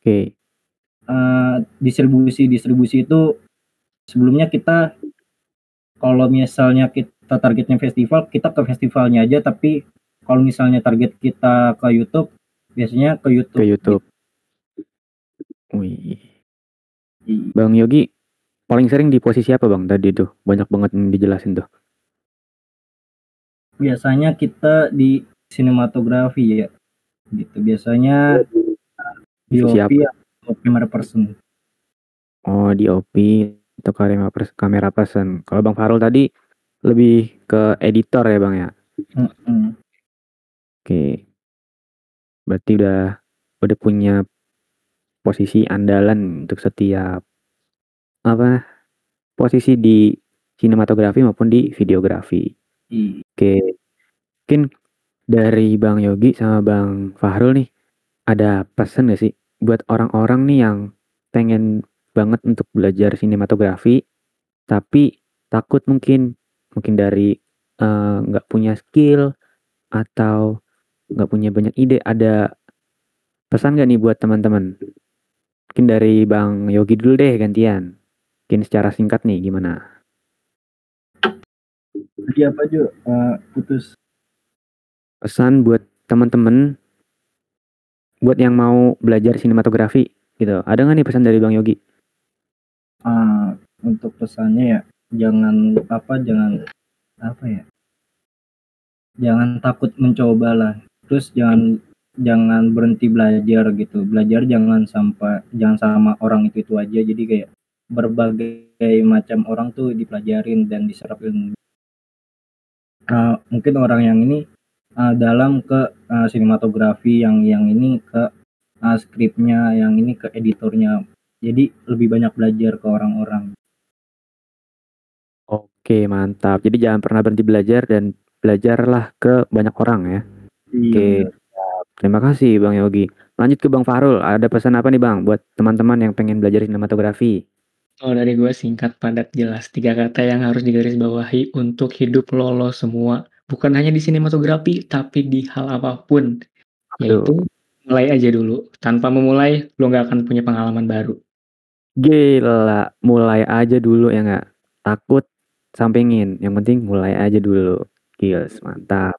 distribusi itu sebelumnya kita, kalau misalnya kita targetnya festival, kita ke festivalnya aja. Tapi kalau misalnya target kita ke YouTube, biasanya ke YouTube. Wih. Bang Yogi paling sering di posisi apa Bang tadi tuh? Banyak banget yang dijelasin tuh. Biasanya kita di sinematografi ya. Gitu. Biasanya DOP atau kamera person. Oh, DOP atau kamera person. Kalau Bang Farul tadi lebih ke editor ya Bang ya? Oke. Berarti udah punya posisi andalan untuk setiap posisi di sinematografi maupun di videografi. Oke, mungkin dari Bang Yogi sama Bang Fahrul nih, ada pesan gak sih buat orang-orang nih yang pengen banget untuk belajar sinematografi, tapi takut mungkin dari nggak punya skill atau nggak punya banyak ide. Ada pesan gak nih buat teman-teman? Mungkin dari Bang Yogi dulu deh gantian. Mungkin secara singkat nih gimana? Tadi apa Jo? Putus. Pesan buat teman-teman buat yang mau belajar sinematografi gitu. Ada nggak nih pesan dari Bang Yogi? Untuk pesannya ya jangan takut mencoba lah. Terus jangan berhenti belajar gitu. Belajar jangan sama orang itu aja. Jadi kayak berbagai macam orang tuh dipelajarin dan diserap ilmu. Mungkin orang yang ini dalam ke sinematografi, yang ini ke skripnya, yang ini ke editornya. Jadi lebih banyak belajar ke orang-orang. Oke, mantap. Jadi jangan pernah berhenti belajar dan belajarlah ke banyak orang ya. Oke, terima kasih Bang Yogi. Lanjut ke Bang Fahrul. Ada pesan apa nih Bang buat teman-teman yang pengen belajar sinematografi? Kalau dari gue singkat, padat, jelas. 3 kata yang harus digarisbawahi untuk hidup lolos semua. Bukan hanya di sinematografi, tapi di hal apapun. Yaitu, mulai aja dulu. Tanpa memulai, lo nggak akan punya pengalaman baru. Gila, mulai aja dulu ya nggak? Takut sampingin. Yang penting mulai aja dulu. Gila, mantap.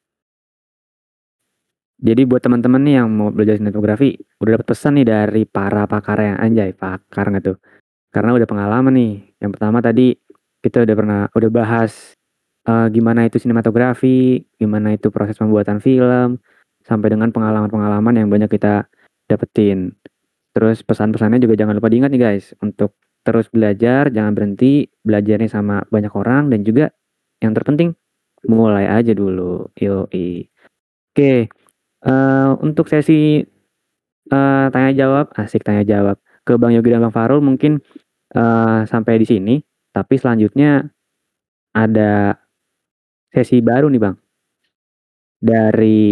Jadi buat teman-teman nih yang mau belajar sinematografi, udah dapat pesan nih dari para pakar yang anjay, pakar nggak tuh? Karena udah pengalaman nih. Yang pertama tadi kita udah bahas gimana itu sinematografi, gimana itu proses pembuatan film, sampai dengan pengalaman-pengalaman yang banyak kita dapetin. Terus pesan-pesannya juga jangan lupa diingat nih guys, untuk terus belajar, jangan berhenti, belajarnya sama banyak orang, dan juga yang terpenting mulai aja dulu. Yoi. Oke, untuk sesi tanya jawab, asik tanya jawab ke Bang Yogi dan Bang Farul mungkin sampai di sini, tapi selanjutnya ada sesi baru nih Bang. Dari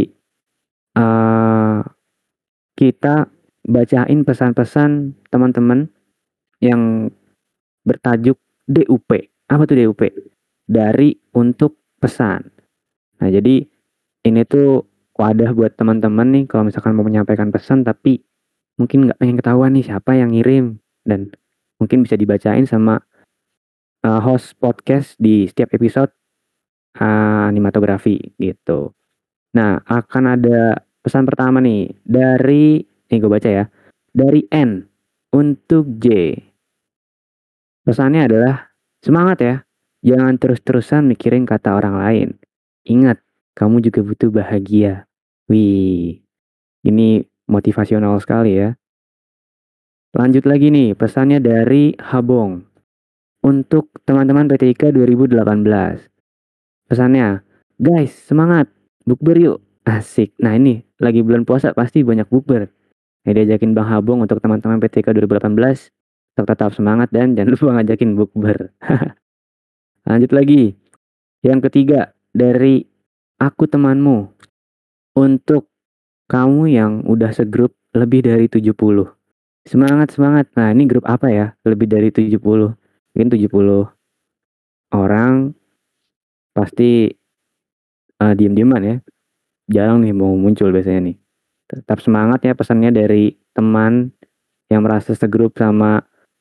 kita bacain pesan-pesan teman-teman yang bertajuk DUP. Apa tuh DUP? Dari untuk pesan. Nah, jadi ini tuh wadah buat teman-teman nih kalau misalkan mau menyampaikan pesan tapi mungkin nggak pengen ketahuan nih siapa yang ngirim, dan mungkin bisa dibacain sama host podcast di setiap episode animatografi gitu. Nah, akan ada pesan pertama nih dari gue baca ya. Dari N untuk J. Pesannya adalah semangat ya. Jangan terus-terusan mikirin kata orang lain. Ingat, kamu juga butuh bahagia. Wih, ini motivasional sekali ya. Lanjut lagi nih, pesannya dari Habong. Untuk teman-teman PTIK 2018. Pesannya, guys semangat, bukber yuk. Asik. Nah ini, lagi bulan puasa pasti banyak bukber. Nah, diajakin Bang Habong untuk teman-teman PTIK 2018. Tetap semangat dan jangan lupa ngajakin bukber. Lanjut lagi. Yang ketiga, dari aku temanmu. Untuk kamu yang udah segrup lebih dari 70. Semangat. Nah, ini grup apa ya? Lebih dari 70. Mungkin 70 orang pasti diem-dieman ya. Jarang nih mau muncul biasanya nih. Tetap semangat ya, pesannya dari teman yang merasa segrup sama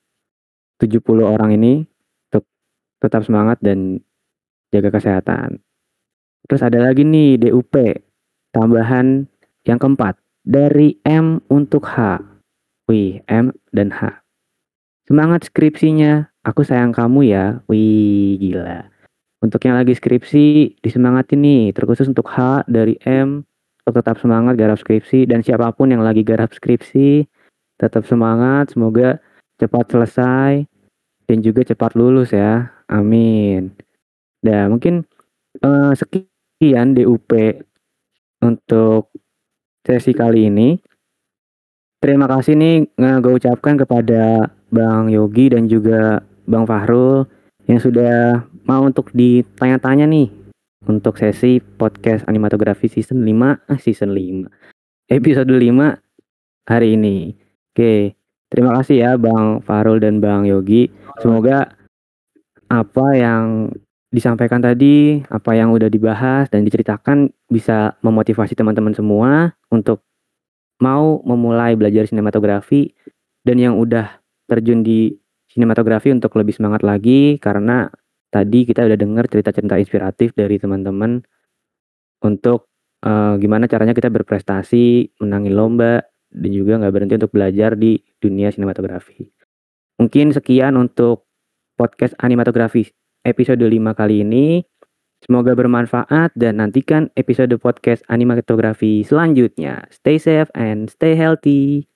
70 orang ini. Untuk tetap semangat dan jaga kesehatan. Terus ada lagi nih DUP. Tambahan yang keempat. Dari M untuk H. Wih, M dan H. Semangat skripsinya. Aku sayang kamu ya. Wih, gila. Untuk yang lagi skripsi, disemangatin nih. Terkhusus untuk H dari M. Tetap semangat garap skripsi. Dan siapapun yang lagi garap skripsi, tetap semangat. Semoga cepat selesai. Dan juga cepat lulus ya. Amin. Dan mungkin sekian DUP untuk sesi kali ini. Terima kasih nih gue ucapkan kepada Bang Yogi dan juga Bang Fahrul yang sudah mau untuk ditanya-tanya nih untuk sesi podcast animatografi season 5 episode 5 hari ini. Oke, terima kasih ya Bang Farul dan Bang Yogi. Semoga apa yang disampaikan tadi, apa yang udah dibahas dan diceritakan bisa memotivasi teman-teman semua untuk mau memulai belajar sinematografi, dan yang udah terjun di sinematografi untuk lebih semangat lagi, karena tadi kita udah dengar cerita-cerita inspiratif dari teman-teman untuk gimana caranya kita berprestasi, menangin lomba, dan juga nggak berhenti untuk belajar di dunia sinematografi. Mungkin sekian untuk podcast animatografi episode 5 kali ini. Semoga bermanfaat dan nantikan episode podcast animatografi selanjutnya. Stay safe and stay healthy.